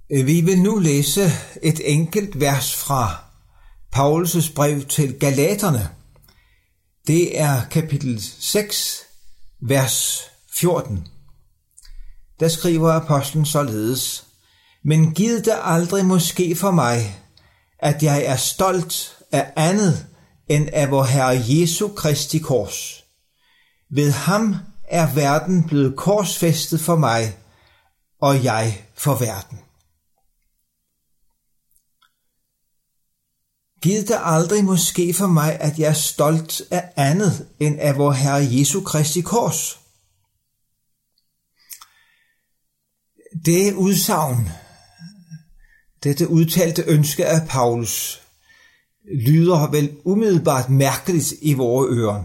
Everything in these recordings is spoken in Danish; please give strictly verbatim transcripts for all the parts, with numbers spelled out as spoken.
Vi vil nu læse et enkelt vers fra Paulus' brev til Galaterne. Det er kapitel seks, vers fjorten. Der skriver apostlen således: Men gid det aldrig måske for mig, at jeg er stolt af andet end af vor Herre Jesu Kristi kors. Ved ham er verden blevet korsfæstet for mig, og jeg for verden. Gid det aldrig måske for mig, at jeg er stolt af andet end af vor Herre Jesu Kristi kors. Det udsagn, dette udtalte ønske af Paulus, lyder vel umiddelbart mærkeligt i vores ører.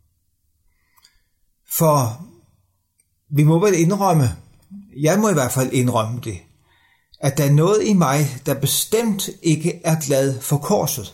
For vi må vel indrømme, jeg må i hvert fald indrømme det, at der er noget i mig, der bestemt ikke er glad for korset.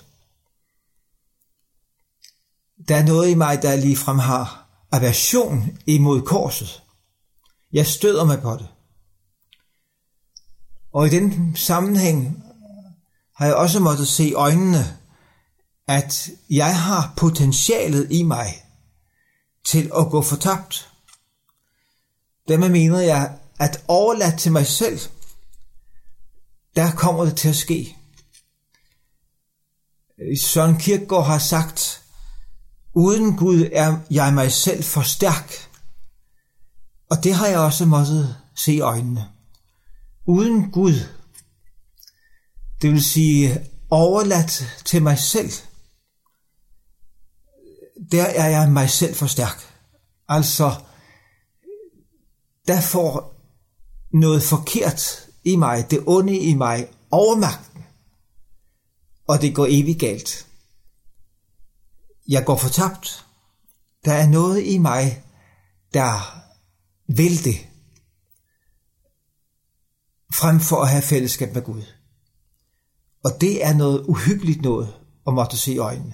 Der er noget i mig, der ligefrem har aversion imod korset. Jeg støder mig på det. Og i den sammenhæng har jeg også måttet se i øjnene, at jeg har potentialet i mig til at gå fortabt. Dermed mener jeg, at overladt til mig selv, der kommer det til at ske. Søren Kierkegaard har sagt, uden Gud er jeg mig selv for stærk. Og det har jeg også måttet se i øjnene. Uden Gud, det vil sige overladt til mig selv, der er jeg mig selv for stærk. Altså, der får noget forkert i mig, det onde i mig, overmagten, og det går evigt galt. Jeg går fortabt. Der er noget i mig, der vil det, frem for at have fællesskab med Gud. Og det er noget uhyggeligt noget at måtte se i øjnene.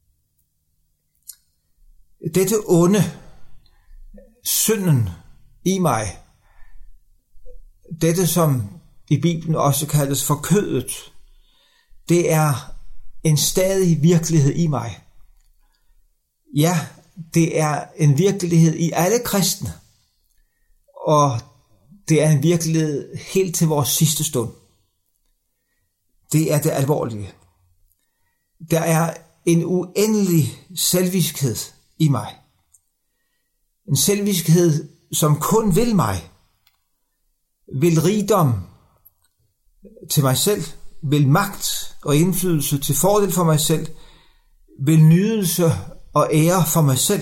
Dette onde, synden i mig, dette som i Bibelen også kaldes for kødet, det er en stadig virkelighed i mig. Ja, det er en virkelighed i alle kristne, og det er en virkelighed helt til vores sidste stund. Det er det alvorlige. Der er en uendelig selviskhed i mig. En selviskhed, som kun vil mig. Vil rigdom til mig selv, vil magt og indflydelse til fordel for mig selv, vil nydelse og ære for mig selv.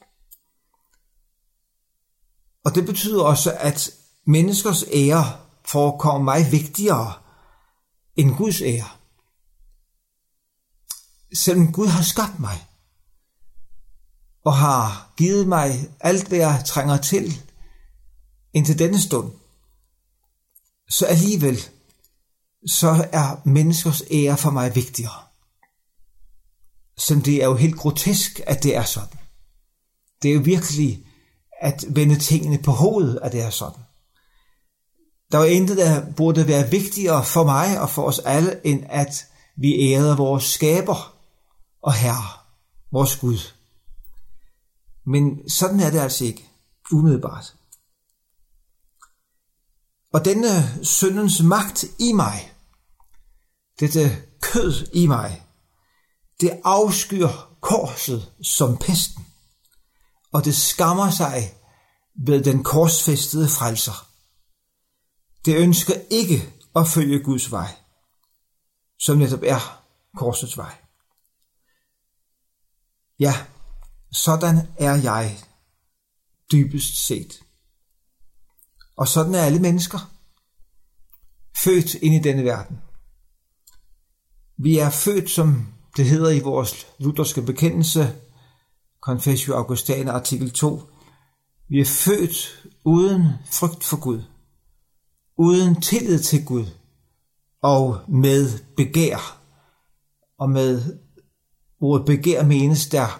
Og det betyder også, at menneskers ære forekommer mig vigtigere end Guds ære. Selvom Gud har skabt mig og har givet mig alt, hvad jeg trænger til indtil denne stund, så alligevel så er menneskers ære for mig vigtigere. Som det er jo helt grotesk, at det er sådan. Det er jo virkelig at vende tingene på hovedet, at det er sådan. Der er intet, der burde være vigtigere for mig og for os alle, end at vi ærede vores skaber og herre, vores Gud. Men sådan er det altså ikke, umiddelbart. Og denne syndens magt i mig, dette kød i mig, det afskyr korset som pesten, og det skammer sig ved den korsfæstede frelser. Det ønsker ikke at følge Guds vej, som netop er korsets vej. Ja, sådan er jeg dybest set. Og sådan er alle mennesker, født ind i denne verden. Vi er født, som det hedder i vores lutherske bekendelse, Confessio Augustana, artikel to. Vi er født uden frygt for Gud, uden tillid til Gud, og med begær. Og med ordet begær menes der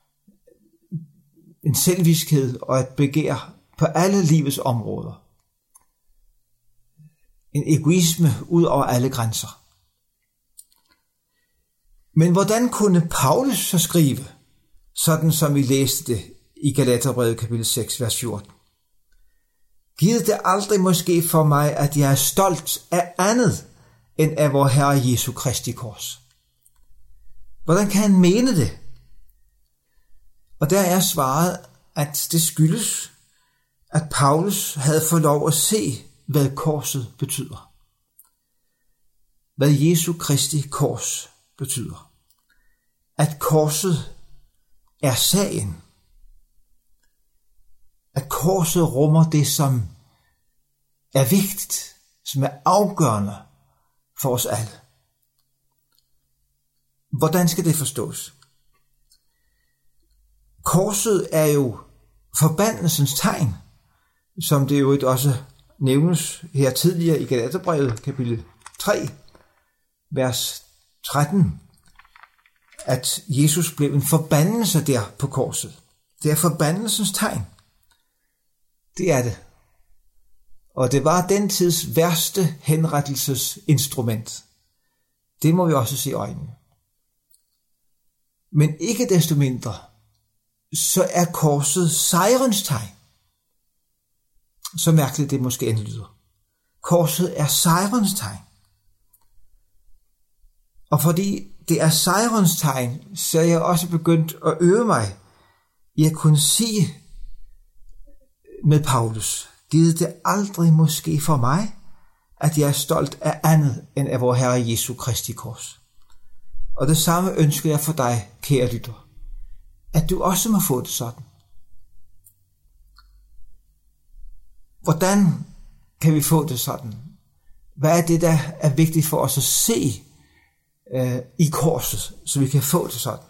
en selvviskhed og et begær på alle livets områder. en egoisme ud over alle grænser. Men hvordan kunne Paulus så skrive, sådan som vi læste det i Galaterbrevet kapitel seks, vers fjorten? Giv det aldrig måske for mig, at jeg er stolt af andet end af vor Herre Jesu Kristi kors. Hvordan kan han mene det? Og der er svaret, at det skyldes, at Paulus havde fået lov at se, hvad korset betyder. Hvad Jesu Kristi kors betyder. At korset er sagen. At korset rummer det, som er vigtigt, som er afgørende for os alle. Hvordan skal det forstås? Korset er jo forbandelsens tegn, som det jo også nævnes her tidligere i Galaterbrevet kapitel tre, vers tretten, at Jesus blev en forbandelse der på korset. Det er forbandelsens tegn. Det er det. Og det var den tids værste henrettelsesinstrument. Det må vi også se i øjnene. Men ikke desto mindre, så er korset sejrens tegn. Så mærkeligt det måske end lyder. Korset er sejrens tegn. Og fordi det er sejrens tegn, så er jeg også begyndt at øve mig i at kunne sige med Paulus, givet det aldrig måske for mig, at jeg er stolt af andet end af vor Herre Jesu Kristi kors. Og det samme ønsker jeg for dig, kære lytter, at du også må få det sådan. Hvordan kan vi få det sådan? Hvad er det, der er vigtigt for os at se øh, i korset, så vi kan få det sådan?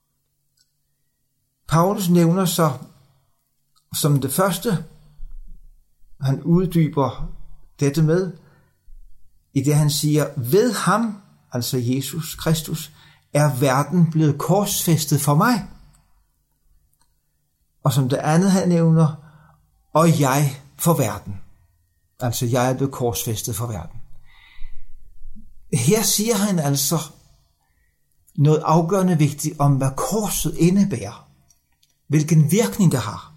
Paulus nævner så som det første, han uddyber dette med, i det han siger, ved ham, altså Jesus Kristus, er verden blevet korsfæstet for mig. Og som det andet han nævner, og jeg for verden. Altså jeg er blevet korsfæstet for verden. Her siger han altså noget afgørende vigtigt om, hvad korset indebærer. Hvilken virkning det har.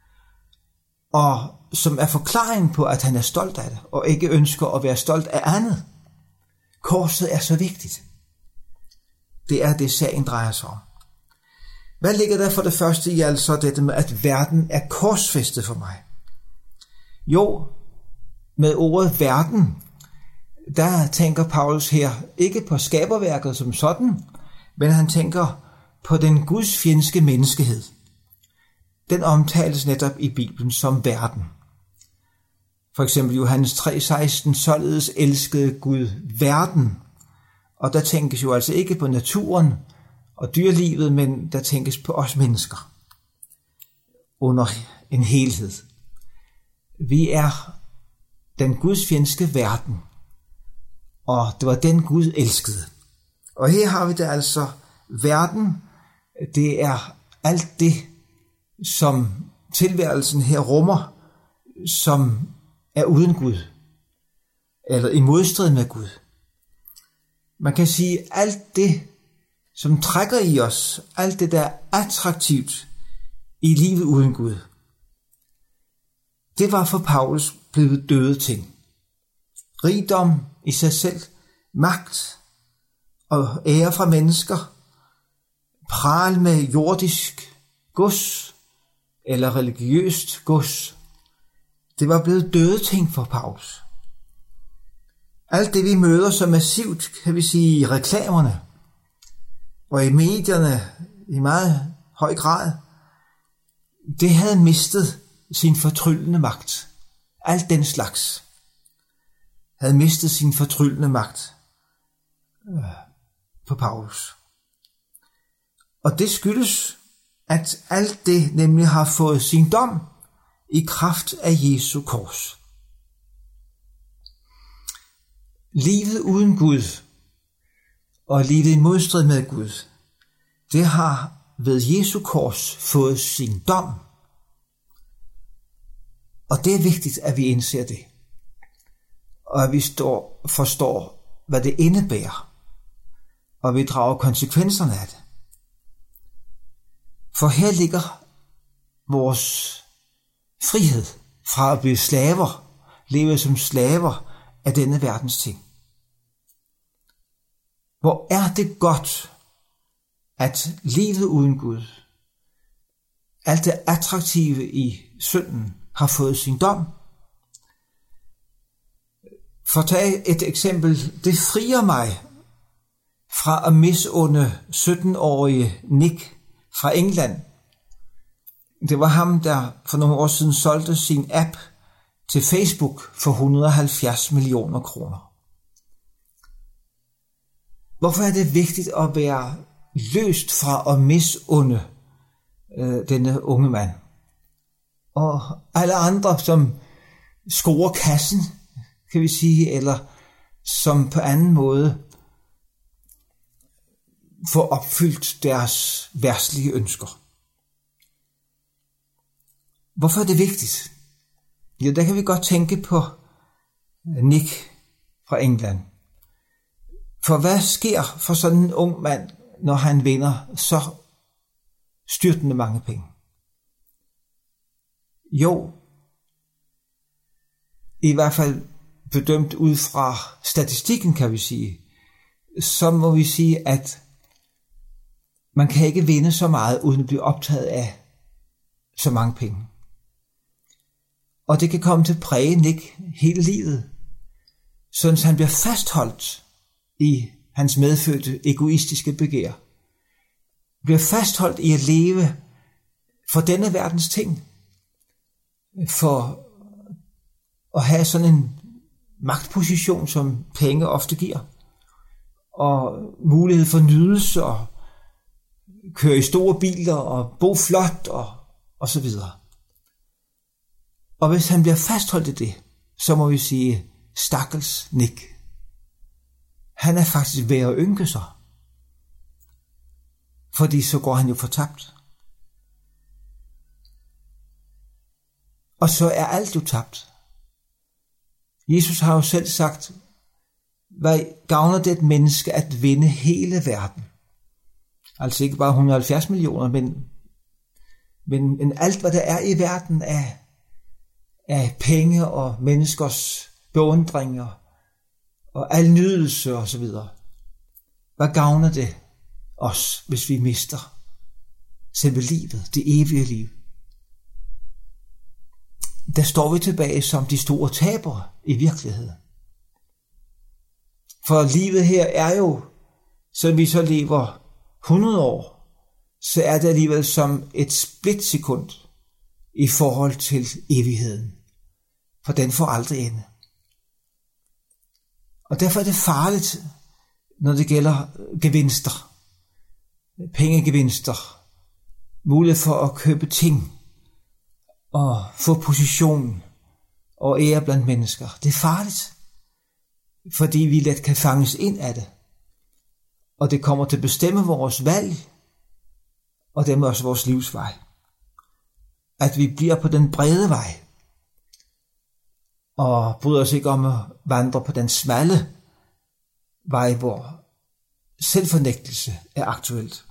Og som er forklaringen på, at han er stolt af det, og ikke ønsker at være stolt af andet. Korset er så vigtigt. Det er det, sagen drejer sig om. Hvad ligger der for det første i altså dette med, at verden er korsfæstet for mig? Jo, med ordet verden, der tænker Paulus her ikke på skaberværket som sådan, men han tænker på den gudsfjendske menneskehed. Den omtales netop i Bibelen som verden. For eksempel Johannes tre seksten, således elskede Gud verden. Og der tænkes jo altså ikke på naturen og dyrelivet, men der tænkes på os mennesker. Under en helhed. Vi er den gudsfjendske verden. Og det var den Gud elskede. Og her har vi det altså verden. Det er alt det, som tilværelsen her rummer, som er uden Gud, eller i modstrid med Gud. Man kan sige, alt det, som trækker i os, alt det, der er attraktivt i livet uden Gud, det var for Paulus blevet døde ting. Rigdom i sig selv, magt og ære fra mennesker, pral med jordisk gods eller religiøst gods, det var blevet døde ting for Paulus. Alt det vi møder så massivt, kan vi sige, i reklamerne og i medierne i meget høj grad, det havde mistet sin fortryllende magt. Alt den slags havde mistet sin fortryllende magt øh, på Paulus. Og det skyldes, at alt det nemlig har fået sin dom i kraft af Jesu kors. Livet uden Gud og livet i modstrid med Gud, det har ved Jesu kors fået sin dom. Og det er vigtigt, at vi indser det. og at vi står, forstår, hvad det indebærer, og vi drager konsekvenserne af det. For her ligger vores frihed fra at blive slaver, leve som slaver af denne verdens ting. Hvor er det godt, at livet uden Gud, alt det attraktive i synden, har fået sin dom. For at tage et eksempel, det frier mig fra at misunde sytten-årige Nick fra England. Det var ham, der for nogle år siden solgte sin app til Facebook for et hundrede og halvfjerds millioner kroner. Hvorfor er det vigtigt at være løst fra at misunde øh, denne unge mand? Og alle andre, som scorer kassen, kan vi sige, eller som på anden måde får opfyldt deres verdslige ønsker. Hvorfor er det vigtigt? Ja, der kan vi godt tænke på Nick fra England. For hvad sker for sådan en ung mand, når han vinder så styrtende mange penge? Jo, i hvert fald bedømt ud fra statistikken, kan vi sige, så må vi sige, at man kan ikke vinde så meget, uden at blive optaget af så mange penge. Og det kan komme til at præge Nick hele livet, sådan at han bliver fastholdt i hans medfødte egoistiske begær. Bliver fastholdt i at leve for denne verdens ting, for at have sådan en magtposition, som penge ofte giver, og mulighed for nydelse, og køre i store biler, og bo flot, og, og så videre. Og hvis han bliver fastholdt i det, så må vi sige, stakkels Nick. Han er faktisk ved at ynke sig. Fordi så går han jo fortabt. Og så er alt jo tabt. Jesus har jo selv sagt, hvad gavner det et menneske at vinde hele verden? Altså ikke bare et hundrede og halvfjerds millioner, men, men, men alt hvad der er i verden af, af penge og menneskers beundringer og al nydelse og så videre. Hvad gavner det os, hvis vi mister selve livet, det evige liv? Der står vi tilbage som de store tabere i virkeligheden. For livet her er jo, så vi så lever hundrede år, så er det alligevel som et splitsekund i forhold til evigheden. For den får aldrig ende. Og derfor er det farligt, når det gælder gevinster, pengegevinster, mulighed for at købe ting, og få position og ære blandt mennesker. Det er farligt, fordi vi let kan fanges ind af det. Og det kommer til at bestemme vores valg, og dermed også vores livsvej. At vi bliver på den brede vej, og bryder os ikke om at vandre på den smalle vej, hvor selvfornægtelse er aktuelt.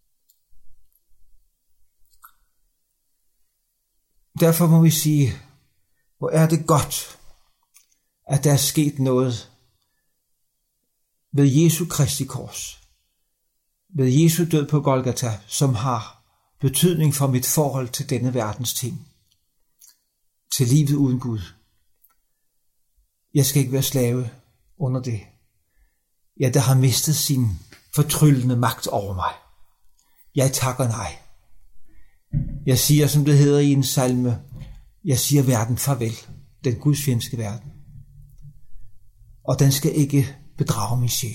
Derfor må vi sige, hvor er det godt, at der er sket noget ved Jesu Kristi kors, ved Jesu død på Golgata, som har betydning for mit forhold til denne verdens ting, til livet uden Gud. Jeg skal ikke være slave under det. Jeg, der har mistet sin fortryllende magt over mig. Jeg takker nej. Jeg siger, som det hedder i en salme, jeg siger verden farvel, den gudsfjendske verden. Og den skal ikke bedrage min sjæl.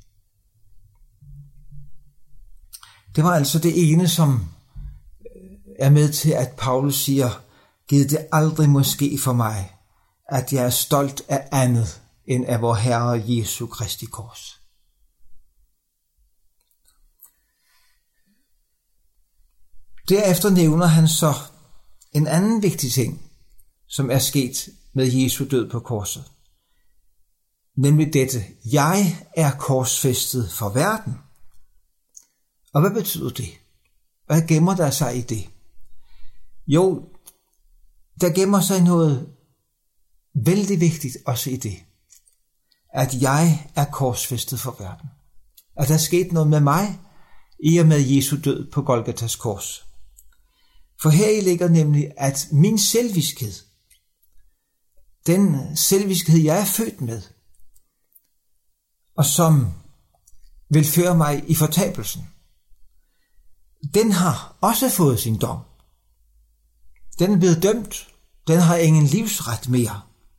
Det var altså det ene, som er med til, at Paulus siger, giv det aldrig må ske for mig, at jeg er stolt af andet end af vor Herre Jesu Kristi kors. Derefter nævner han så en anden vigtig ting, som er sket med Jesu død på korset. nemlig dette: jeg er korsfæstet for verden. Og hvad betyder det? Hvad gemmer der sig i det? Jo, der gemmer sig noget vældig vigtigt også i det, at jeg er korsfæstet for verden. At der er sket noget med mig i og med Jesu død på Golgatas kors. For heri ligger nemlig, at min selviskhed, den selviskhed, jeg er født med, og som vil føre mig i fortabelsen, den har også fået sin dom. Den er blevet dømt. Den har ingen livsret mere.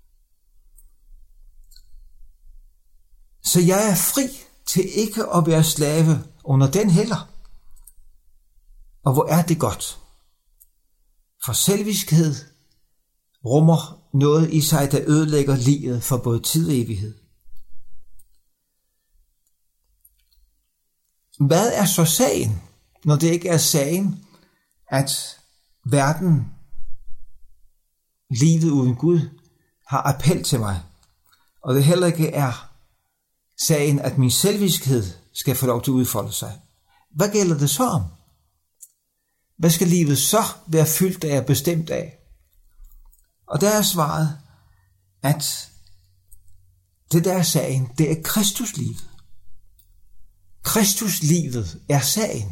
Så jeg er fri til ikke at være slave under den heller. Og hvor er det godt? For selviskhed rummer noget i sig, der ødelægger livet for både tid og evighed. Hvad er så sagen, når det ikke er sagen, at verden, livet uden Gud, har appel til mig, og det heller ikke er sagen, at min selviskhed skal få lov til at udfolde sig? Hvad gælder det så om? Hvad skal livet så være fyldt af og bestemt af? Og der er svaret, at det der er sagen, det er Kristuslivet. Kristuslivet er sagen.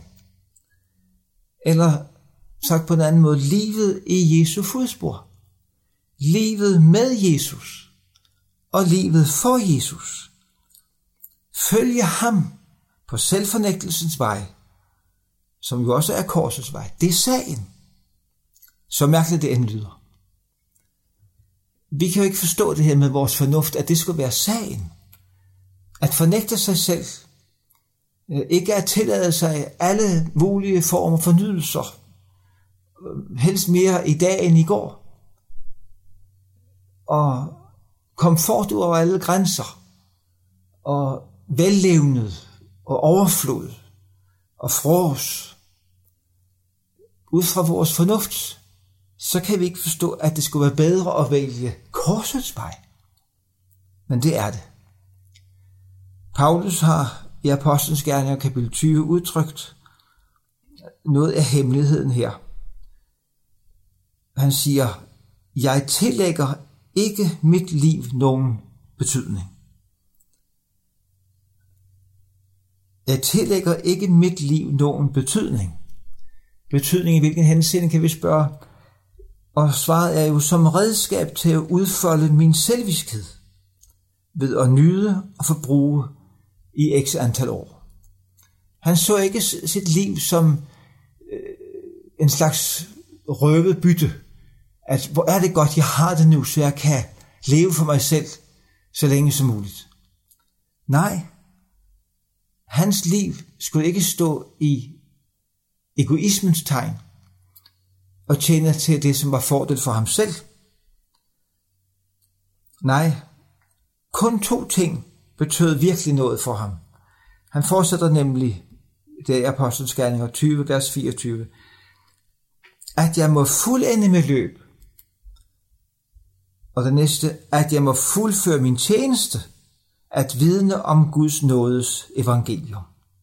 Eller sagt på en anden måde, livet i Jesu fodspor. Livet med Jesus og livet for Jesus. Følge ham på selvfornægtelsens vej, som jo også er korsets vej. Det er sagen. Så mærkeligt det end lyder. Vi kan jo ikke forstå det her med vores fornuft, at det skulle være sagen. At fornægte sig selv, ikke at tillade sig alle mulige former for nydelser, helst mere i dag end i går, og komfort ud over alle grænser, og vellevnet, og overflod, og frås. Ud fra vores fornuft, så kan vi ikke forstå, at det skulle være bedre at vælge korsets vej. Men det er det. Paulus har i Apostlenes Gerninger kapitel tyve udtrykt noget af hemmeligheden her. Han siger, jeg tillægger ikke mit liv nogen betydning. Jeg tillægger ikke mit liv nogen betydning. Betydning i hvilken henseende, kan vi spørge. Og svaret er jo som redskab til at udfolde min selviskhed ved at nyde og forbruge i x antal år. Han så ikke sit liv som øh, en slags røvet bytte. At hvor er det godt, jeg har det nu, så jeg kan leve for mig selv så længe som muligt. Nej, hans liv skulle ikke stå i egoismens tegn og tjene til det, som var fordel for ham selv. Nej, kun to ting betød virkelig noget for ham. Han fortsætter nemlig, det er Apostlenes Gerninger tyve, vers fireogtyve, at jeg må fuldende med løb, og det næste, at jeg må fuldføre min tjeneste, at vidne om Guds nådes evangelium.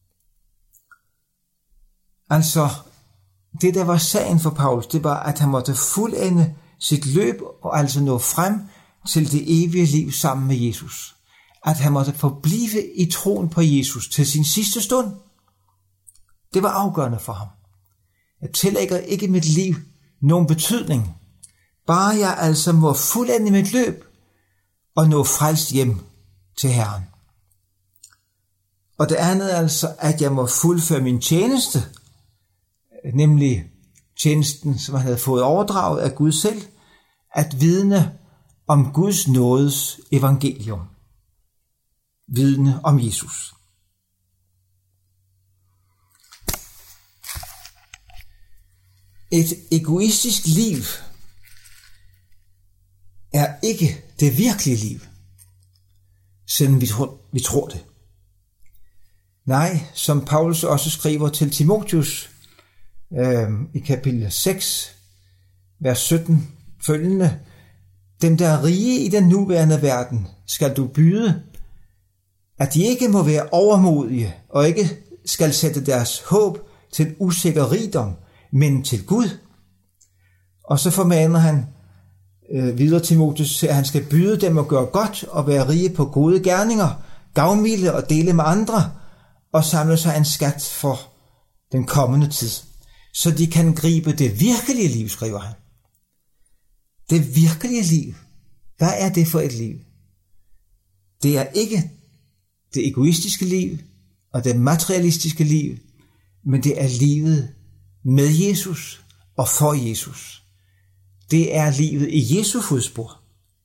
Altså, det der var sagen for Paulus, det var, at han måtte fuldende sit løb, og altså nå frem til det evige liv sammen med Jesus. At han måtte forblive i troen på Jesus til sin sidste stund. Det var afgørende for ham. Jeg tillægger ikke mit liv nogen betydning, bare jeg altså må fuldende mit løb og nå frelst hjem til Herren. Og det andet er altså, at jeg må fuldføre min tjeneste, nemlig tjenesten, som han havde fået overdraget af Gud selv, at vidne om Guds nådes evangelium. Vidne om Jesus. Et egoistisk liv er ikke det virkelige liv, selvom vi tror, vi tror det. Nej, som Paulus også skriver til Timotheus øh, i kapitel seks, vers sytten følgende, dem der er rige i den nuværende verden, skal du byde at de ikke må være overmodige og ikke skal sætte deres håb til usikker rigdom, men til Gud. Og så formaner han øh, videre Timotheus, at han skal byde dem at gøre godt og være rige på gode gerninger, gavmilde og dele med andre, og samle sig en skat for den kommende tid, så de kan gribe det virkelige liv, skriver han. Det virkelige liv. Hvad er det for et liv? Det er ikke det egoistiske liv og det materialistiske liv, men det er livet med Jesus og for Jesus. Det er livet i Jesu fodspor.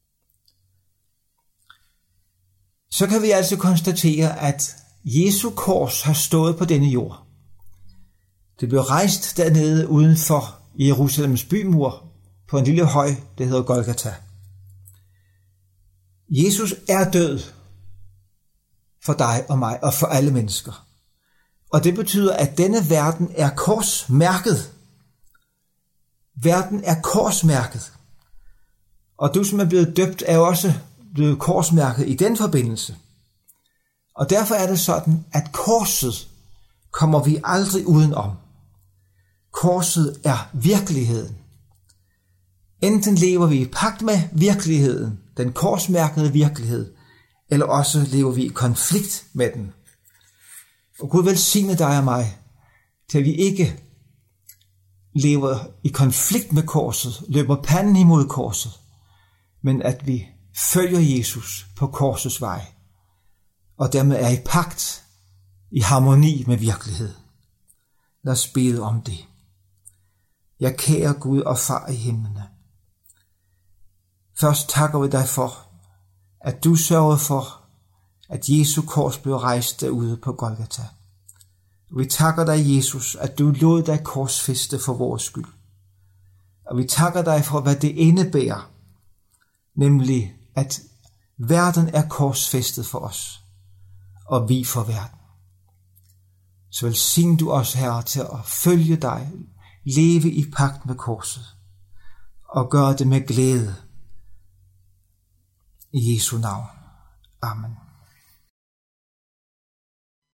Så kan vi altså konstatere, at Jesu kors har stået på denne jord. Det blev rejst dernede uden for Jerusalems bymur på en lille høj, der hedder Golgata. Jesus er død for dig og mig og for alle mennesker. Og det betyder, at denne verden er korsmærket. Verden er korsmærket. Og du, som er blevet døbt, er også blevet korsmærket i den forbindelse. Og derfor er det sådan, at korset kommer vi aldrig udenom. Korset er virkeligheden. Enten lever vi i pagt med virkeligheden, den korsmærkede virkelighed, eller også lever vi i konflikt med den. Og Gud velsigne dig og mig, til vi ikke lever i konflikt med korset, løber panden imod korset, men at vi følger Jesus på korsets vej, og dermed er i pagt, i harmoni med virkelighed. Lad os bede om det. Jeg kære Gud og Far i himlene. Først takker vi dig for, at du sørgede for, at Jesu kors blev rejst derude på Golgata. Vi takker dig, Jesus, at du lod dig korsfæste for vores skyld. Og vi takker dig for, hvad det indebærer, nemlig at verden er korsfæstet for os, og vi for verden. Så velsign du os, Herre, til at følge dig, leve i pagt med korset, og gøre det med glæde. I Jesu navn. Amen.